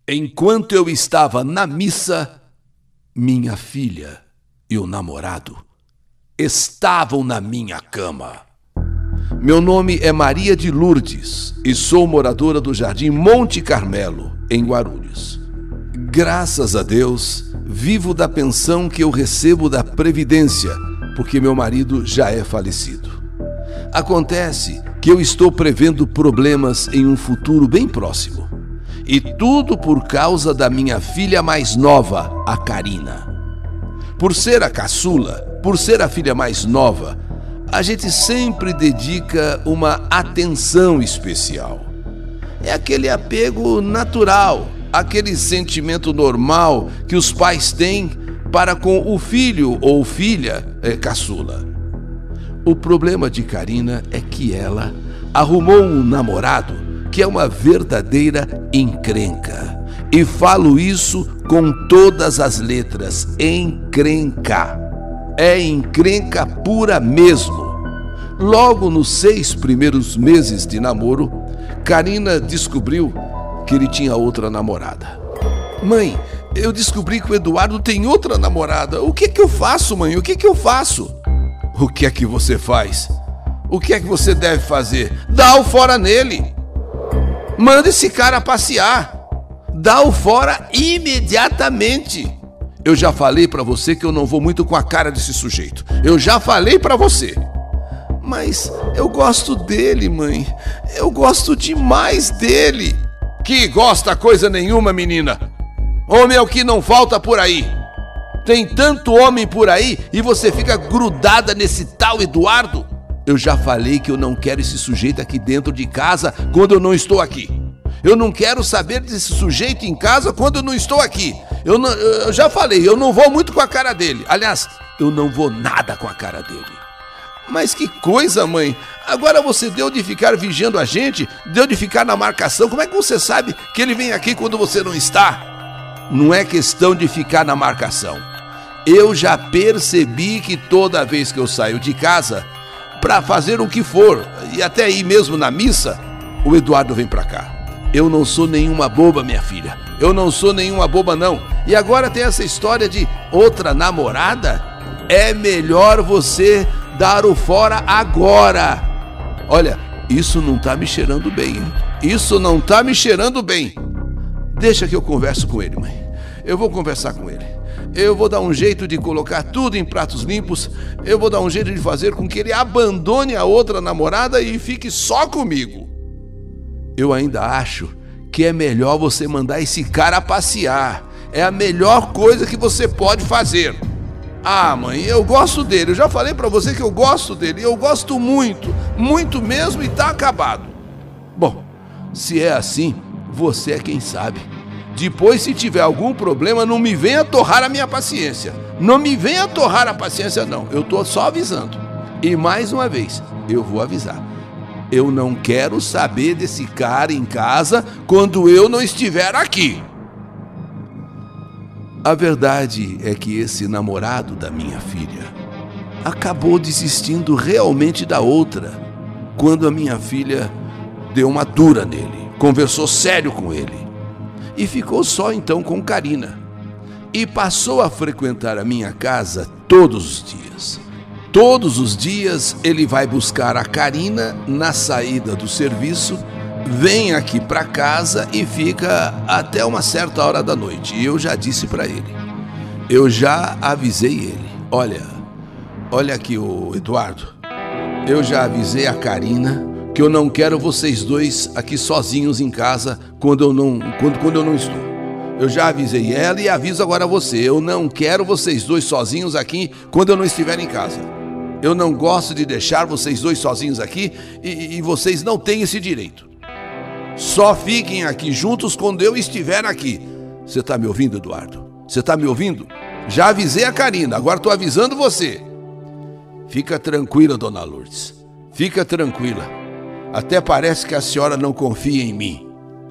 Enquanto eu estava na missa, minha filha e o namorado estavam na minha cama. Meu nome é Maria de Lourdes e sou moradora do Jardim Monte Carmelo, em Guarulhos. Graças a Deus, vivo da pensão que eu recebo da Previdência, porque meu marido já é falecido. Acontece que eu estou prevendo problemas em um futuro bem próximo. E tudo por causa da minha filha mais nova, a Karina. Por ser a caçula, por ser a filha mais nova, a gente sempre dedica uma atenção especial. É aquele apego natural, aquele sentimento normal que os pais têm para com o filho ou filha caçula. O problema de Karina é que ela arrumou um namorado que é uma verdadeira encrenca. E falo isso com todas as letras, encrenca. É encrenca pura mesmo. Logo nos 6 primeiros meses de namoro, Karina descobriu que ele tinha outra namorada. Mãe, eu descobri que o Eduardo tem outra namorada. O que é que eu faço, mãe? O que é que eu faço? O que é que você faz? O que é que você deve fazer? Dá o fora nele. Manda esse cara passear. Dá o fora imediatamente. Eu já falei pra você que eu não vou muito com a cara desse sujeito. Eu já falei pra você. Mas eu gosto dele, mãe. Eu gosto demais dele. Que gosta coisa nenhuma, menina. Homem é o que não falta por aí. Tem tanto homem por aí e você fica grudada nesse tal Eduardo. Eu já falei que eu não quero esse sujeito aqui dentro de casa quando eu não estou aqui. Eu não quero saber desse sujeito em casa quando eu não estou aqui. Eu já falei, eu não vou muito com a cara dele. Aliás, eu não vou nada com a cara dele. Mas que coisa, mãe. Agora você deu de ficar vigiando a gente, deu de ficar na marcação. Como é que você sabe que ele vem aqui quando você não está? Não é questão de ficar na marcação. Eu já percebi que toda vez que eu saio de casa para fazer o que for, e até ir mesmo na missa, o Eduardo vem para cá. Eu não sou nenhuma boba, minha filha. Eu não sou nenhuma boba, não. E agora tem essa história de outra namorada? É melhor você dar o fora agora. Olha, isso não tá me cheirando bem, hein? Isso não tá me cheirando bem. Deixa que eu converso com ele, mãe. Eu vou conversar com ele. Eu vou dar um jeito de colocar tudo em pratos limpos. Eu vou dar um jeito de fazer com que ele abandone a outra namorada e fique só comigo. Eu ainda acho que é melhor você mandar esse cara passear. É a melhor coisa que você pode fazer. Ah, mãe, eu gosto dele. Eu já falei pra você que eu gosto dele. Eu gosto muito, muito mesmo, e tá acabado. Bom, se é assim, você é quem sabe. Depois, se tiver algum problema, não me venha torrar a minha paciência. Não me venha torrar a paciência, não. Eu tô só avisando. E mais uma vez, eu vou avisar. Eu não quero saber desse cara em casa quando eu não estiver aqui. A verdade é que esse namorado da minha filha acabou desistindo realmente da outra quando a minha filha deu uma dura nele, conversou sério com ele. E ficou só então com Karina. E passou a frequentar a minha casa todos os dias. Todos os dias ele vai buscar a Karina na saída do serviço, vem aqui para casa e fica até uma certa hora da noite. E eu já disse para ele. Eu já avisei ele. Olha aqui, o Eduardo. Eu já avisei a Karina que eu não quero vocês dois aqui sozinhos em casa quando eu não estou. Eu já avisei ela e aviso agora você. Eu não quero vocês dois sozinhos aqui quando eu não estiver em casa. Eu não gosto de deixar vocês dois sozinhos aqui e vocês não têm esse direito. Só fiquem aqui juntos quando eu estiver aqui. Você tá me ouvindo, Eduardo? Você tá me ouvindo? Já avisei a Karina, agora tô avisando você. Fica tranquila, dona Lourdes. Fica tranquila. Até parece que a senhora não confia em mim.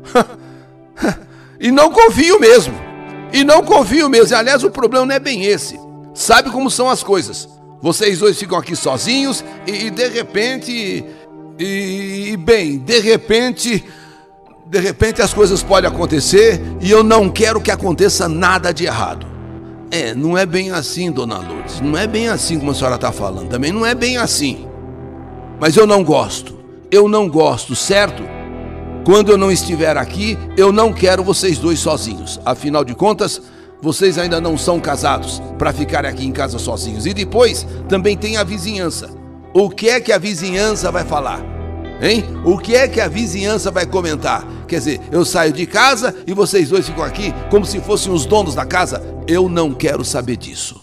E não confio mesmo. Aliás, o problema não é bem esse. Sabe como são as coisas. Vocês dois ficam aqui sozinhos e de repente... De repente as coisas podem acontecer e eu não quero que aconteça nada de errado. Não é bem assim, dona Lourdes. Não é bem assim como a senhora está falando. Também não é bem assim. Mas eu não gosto. Eu não gosto, certo? Quando eu não estiver aqui, eu não quero vocês dois sozinhos. Afinal de contas, vocês ainda não são casados para ficarem aqui em casa sozinhos. E depois também tem a vizinhança. O que é que a vizinhança vai falar? Hein? O que é que a vizinhança vai comentar? Quer dizer, eu saio de casa e vocês dois ficam aqui como se fossem os donos da casa? Eu não quero saber disso.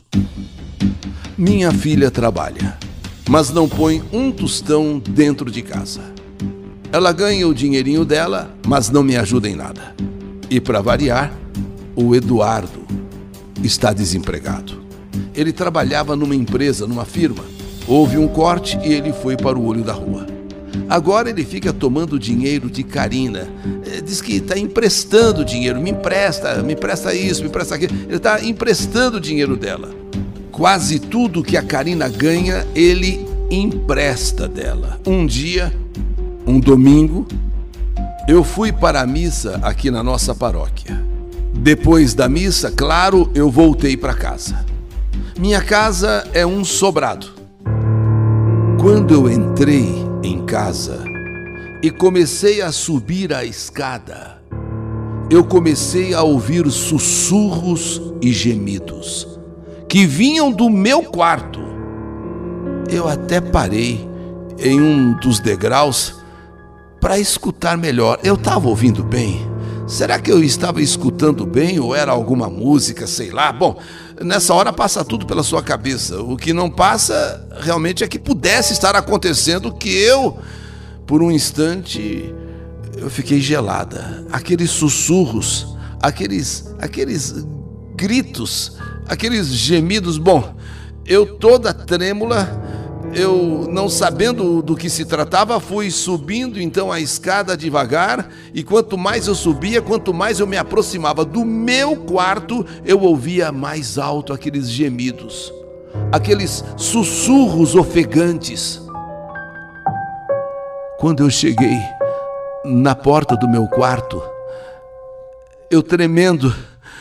Minha filha trabalha, mas não põe um tostão dentro de casa. Ela ganha o dinheirinho dela, mas não me ajuda em nada. E para variar, o Eduardo está desempregado. Ele trabalhava numa empresa, numa firma. Houve um corte e ele foi para o olho da rua. Agora ele fica tomando dinheiro de Karina. Diz que está emprestando dinheiro. Me empresta isso, me empresta aquilo. Ele está emprestando o dinheiro dela. Quase tudo que a Karina ganha, ele empresta dela. Um dia, um domingo, eu fui para a missa aqui na nossa paróquia. Depois da missa, claro, eu voltei para casa. Minha casa é um sobrado. Quando eu entrei em casa e comecei a subir a escada, eu comecei a ouvir sussurros e gemidos que vinham do meu quarto. Eu até parei em um dos degraus para escutar melhor. Eu estava ouvindo bem? Será que eu estava escutando bem ou era alguma música, sei lá? Bom, nessa hora passa tudo pela sua cabeça. O que não passa realmente é que pudesse estar acontecendo que eu, por um instante, eu fiquei gelada. Aqueles sussurros, aqueles gritos, aqueles gemidos. Bom, eu toda trêmula, eu não sabendo do que se tratava, fui subindo então a escada devagar, e quanto mais eu subia, quanto mais eu me aproximava do meu quarto, eu ouvia mais alto aqueles gemidos, aqueles sussurros ofegantes. Quando eu cheguei na porta do meu quarto, eu tremendo,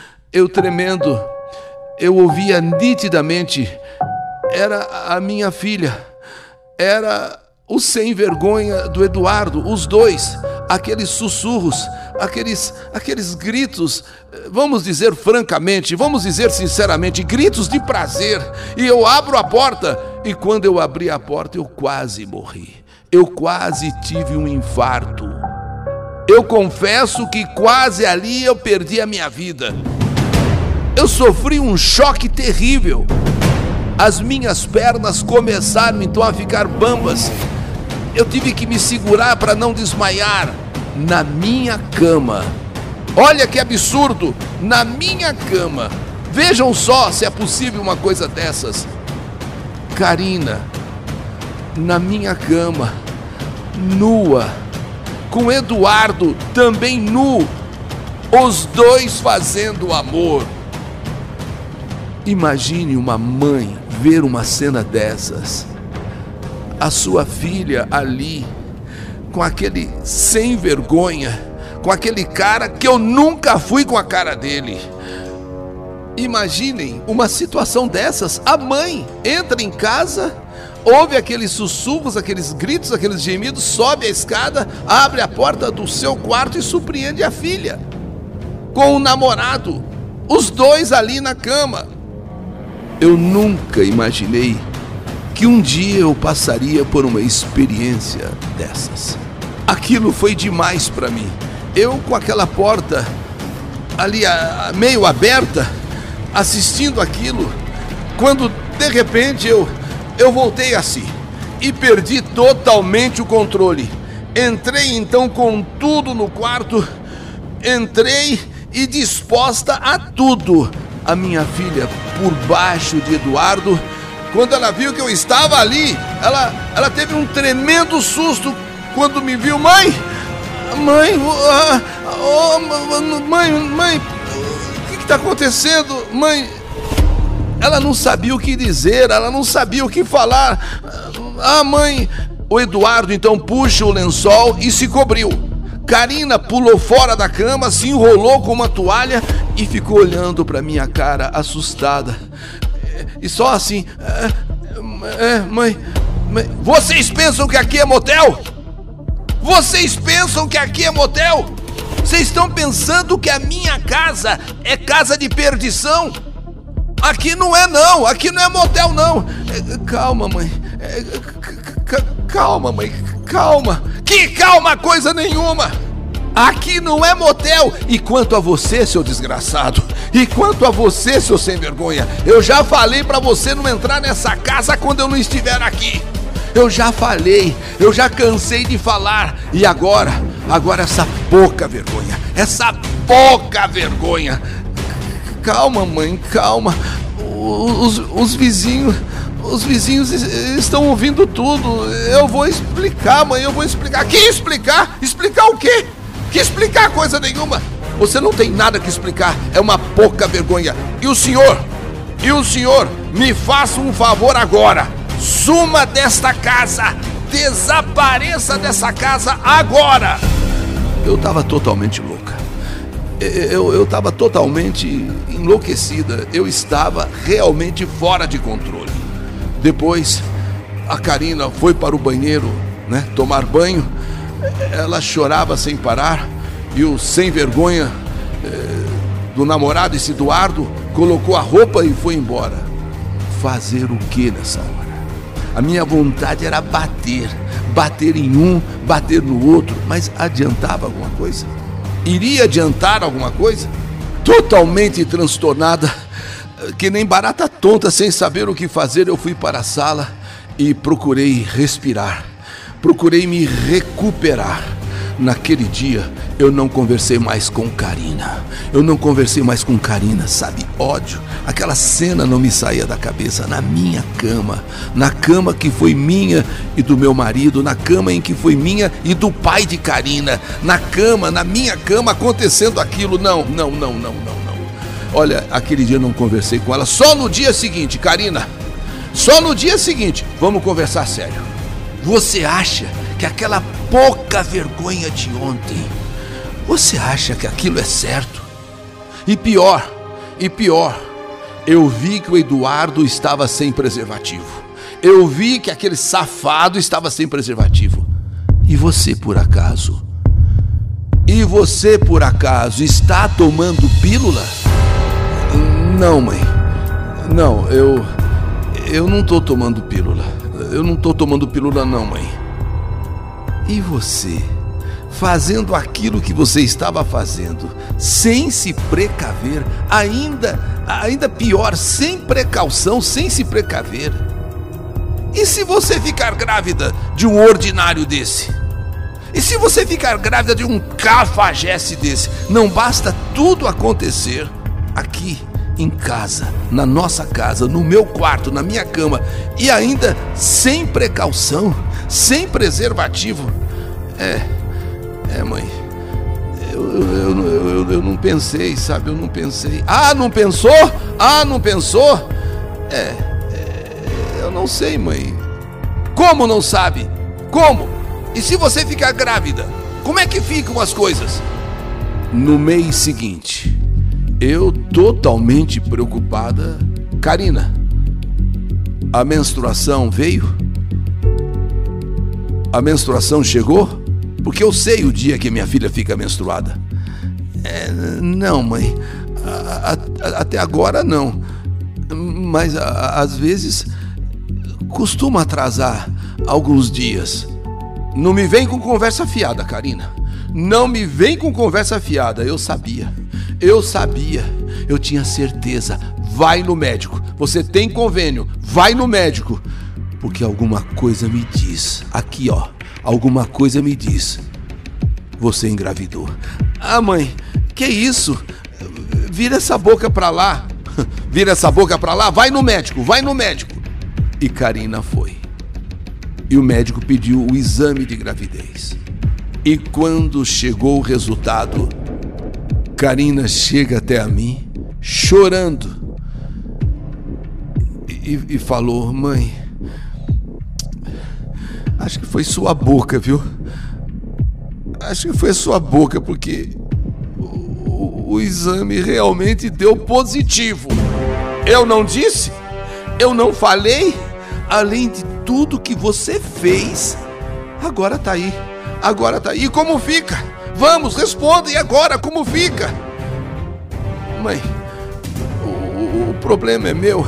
eu ouvia nitidamente. Era a minha filha, era o sem vergonha do Eduardo, os dois, aqueles sussurros, aqueles gritos, vamos dizer francamente, vamos dizer sinceramente, gritos de prazer. E eu abro a porta, e quando eu abri a porta, eu quase morri, eu quase tive um infarto. Eu confesso que quase ali eu perdi a minha vida. Eu sofri um choque terrível. As minhas pernas começaram então a ficar bambas. Eu tive que me segurar para não desmaiar na minha cama. Olha que absurdo, na minha cama. Vejam só se é possível uma coisa dessas. Karina, na minha cama, nua, com Eduardo também nu, os dois fazendo amor. Imagine uma mãe ver uma cena dessas, a sua filha ali, com aquele sem vergonha, com aquele cara que eu nunca fui com a cara dele. Imaginem uma situação dessas, a mãe entra em casa, ouve aqueles sussurros, aqueles gritos, aqueles gemidos, sobe a escada, abre a porta do seu quarto e surpreende a filha, com o namorado, os dois ali na cama. Eu nunca imaginei que um dia eu passaria por uma experiência dessas. Aquilo foi demais para mim. Eu com aquela porta ali meio aberta, assistindo aquilo, quando de repente eu voltei assim e perdi totalmente o controle. Entrei então com tudo no quarto, entrei e disposta a tudo. A minha filha por baixo de Eduardo, quando ela viu que eu estava ali, ela teve um tremendo susto quando me viu. Mãe, o que está acontecendo? Mãe, ela não sabia o que dizer, ela não sabia o que falar. Mãe, o Eduardo então puxa o lençol e se cobriu. Karina pulou fora da cama, se enrolou com uma toalha e ficou olhando para minha cara, assustada. E só assim... Mãe... Vocês pensam que aqui é motel? Vocês pensam que aqui é motel? Vocês estão pensando que a minha casa é casa de perdição? Aqui não é não, aqui não é motel não. Calma, mãe. Calma, mãe, calma. Que calma coisa nenhuma. Aqui não é motel. E quanto a você, seu desgraçado, e quanto a você, seu sem vergonha, eu já falei pra você não entrar nessa casa quando eu não estiver aqui. Eu já falei, eu já cansei de falar. E agora essa pouca vergonha, Calma, mãe, calma. Os vizinhos estão ouvindo tudo. Eu vou explicar, mãe, eu vou explicar. Que explicar? Explicar o quê? Que explicar coisa nenhuma. Você não tem nada que explicar, é uma pouca vergonha. E o senhor, me faça um favor agora. Suma desta casa, desapareça dessa casa agora. Eu estava totalmente louca. Eu estava totalmente enlouquecida. Eu estava realmente fora de controle. Depois, a Karina foi para o banheiro, né, tomar banho. Ela chorava sem parar. E o sem vergonha do namorado, esse Eduardo, colocou a roupa e foi embora. Fazer o que nessa hora? A minha vontade era bater em um, bater no outro, mas adiantava alguma coisa? Iria adiantar alguma coisa? Totalmente transtornada, que nem barata tonta, sem saber o que fazer, eu fui para a sala e procurei respirar, procurei me recuperar. Naquele dia, eu não conversei mais com Karina. Sabe, ódio. Aquela cena não me saía da cabeça. Na minha cama, na cama que foi minha e do meu marido, na cama em que foi minha e do pai de Karina, na minha cama acontecendo aquilo. Não. Olha, aquele dia eu não conversei com ela. Só no dia seguinte, Karina, vamos conversar sério. Você acha que aquela pouca vergonha de ontem, você acha que aquilo é certo? E pior, eu vi que o Eduardo estava sem preservativo. Eu vi que aquele safado estava sem preservativo. E você por acaso está tomando pílula? Não, mãe. Não, eu não estou tomando pílula. Eu não estou tomando pílula não, mãe. E você, fazendo aquilo que você estava fazendo, sem se precaver, ainda pior, sem precaução, sem se precaver. E se você ficar grávida de um ordinário desse? E se você ficar grávida de um cafajeste desse? Não basta tudo acontecer aqui em casa, na nossa casa, no meu quarto, na minha cama, e ainda sem precaução, sem preservativo. Mãe, eu não pensei, sabe, eu não pensei. Não pensou? Eu não sei, mãe. Como não sabe? Como? E se você ficar grávida, como é que ficam as coisas? No mês seguinte, eu totalmente preocupada. Karina, a menstruação veio? A menstruação chegou? Porque eu sei o dia que minha filha fica menstruada. Não, mãe. Até agora não. Mas às vezes costuma atrasar alguns dias. Não me vem com conversa fiada, Karina. Não me vem com conversa fiada. Eu sabia. Eu tinha certeza. Vai no médico. Você tem convênio. Vai no médico. Porque alguma coisa me diz. Aqui, ó. Alguma coisa me diz. Você engravidou. Mãe, que isso? Vira essa boca pra lá. Vira essa boca pra lá. Vai no médico. E Karina foi. E o médico pediu o exame de gravidez. E quando chegou o resultado, Karina chega até a mim, chorando, e falou: mãe, acho que foi sua boca, viu? Acho que foi a sua boca, porque o exame realmente deu positivo. Eu não disse? Eu não falei? Além de tudo que você fez, agora tá aí. Agora tá aí. E como fica? Vamos, responda. E agora, como fica? Mãe, o problema é meu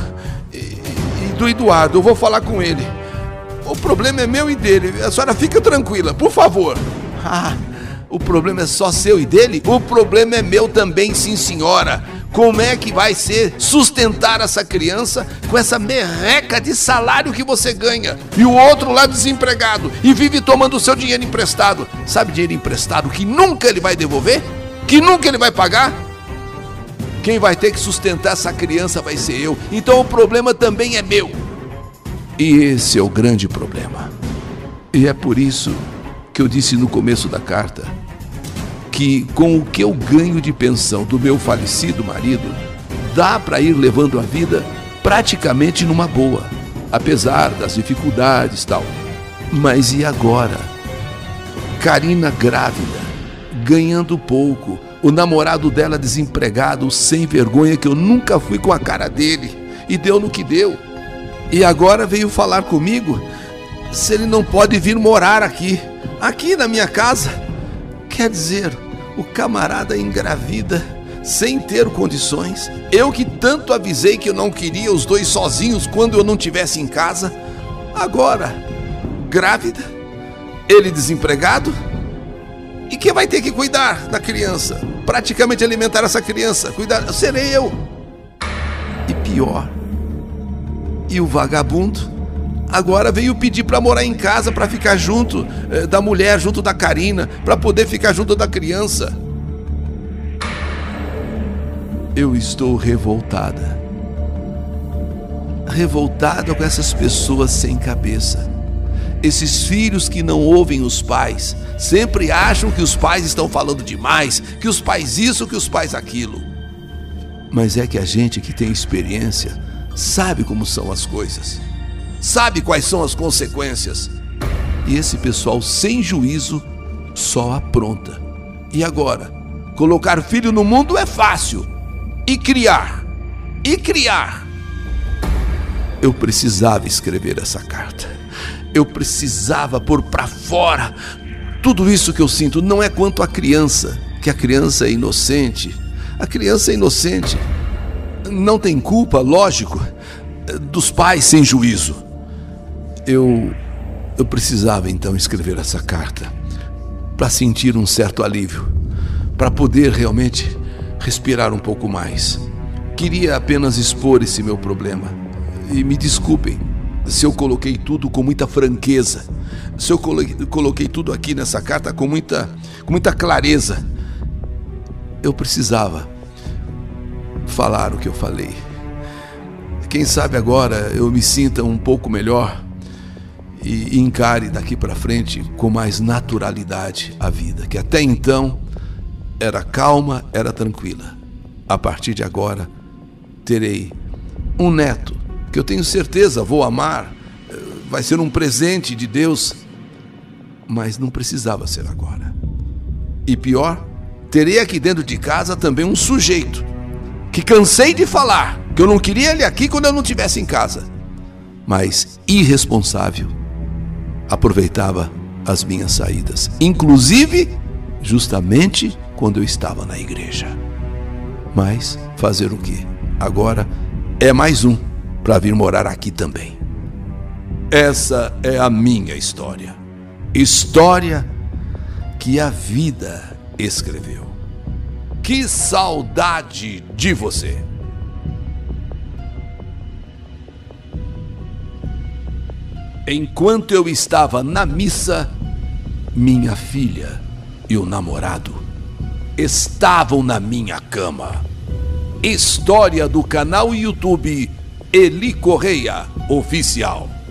e do Eduardo. Eu vou falar com ele. O problema é meu e dele. A senhora fica tranquila, por favor. Ah, o problema é só seu e dele? O problema é meu também, sim, senhora. Como é que vai ser sustentar essa criança com essa merreca de salário que você ganha? E o outro lá desempregado e vive tomando o seu dinheiro emprestado. Sabe, dinheiro emprestado que nunca ele vai devolver? Que nunca ele vai pagar? Quem vai ter que sustentar essa criança vai ser eu. Então o problema também é meu. E esse é o grande problema. E é por isso que eu disse no começo da carta que com o que eu ganho de pensão do meu falecido marido, dá para ir levando a vida praticamente numa boa, apesar das dificuldades e tal. Mas e agora? Karina grávida, ganhando pouco, o namorado dela desempregado, sem vergonha, que eu nunca fui com a cara dele, e deu no que deu. E agora veio falar comigo se ele não pode vir morar aqui na minha casa. Quer dizer, o camarada engravida sem ter condições. Eu que tanto avisei que eu não queria os dois sozinhos quando eu não estivesse em casa. Agora, grávida, ele desempregado. E quem vai ter que cuidar da criança? Praticamente alimentar essa criança. Cuidar, serei eu. E pior, e o vagabundo agora veio pedir para morar em casa, para ficar junto da mulher, junto da Karina, para poder ficar junto da criança. Eu estou revoltada. Revoltada com essas pessoas sem cabeça. Esses filhos que não ouvem os pais, sempre acham que os pais estão falando demais, que os pais isso, que os pais aquilo. Mas é que a gente que tem experiência sabe como são as coisas. Sabe quais são as consequências. E esse pessoal sem juízo só apronta. E agora? Colocar filho no mundo é fácil. E criar? Eu precisava escrever essa carta. Eu precisava pôr pra fora tudo isso que eu sinto. Não é quanto à criança, que a criança é inocente. A criança é inocente. Não tem culpa, lógico, dos pais sem juízo. Eu precisava então escrever essa carta para sentir um certo alívio, para poder realmente respirar um pouco mais. Queria apenas expor esse meu problema. E me desculpem se eu coloquei tudo com muita franqueza, se eu coloquei tudo aqui nessa carta com muita clareza. Eu precisava falar o que eu falei. Quem sabe agora eu me sinta um pouco melhor e encare daqui para frente com mais naturalidade a vida, que até então era calma, era tranquila. A partir de agora terei um neto que eu tenho certeza vou amar, vai ser um presente de Deus, mas não precisava ser agora. E pior, terei aqui dentro de casa também um sujeito que cansei de falar que eu não queria ele aqui quando eu não estivesse em casa, mas irresponsável, aproveitava as minhas saídas, inclusive justamente quando eu estava na igreja. Mas fazer o quê? Agora é mais um para vir morar aqui também. Essa é a minha história. História que a vida escreveu. Que saudade de você! Enquanto eu estava na missa, minha filha e o namorado estavam na minha cama. História do canal YouTube Eli Correia Oficial.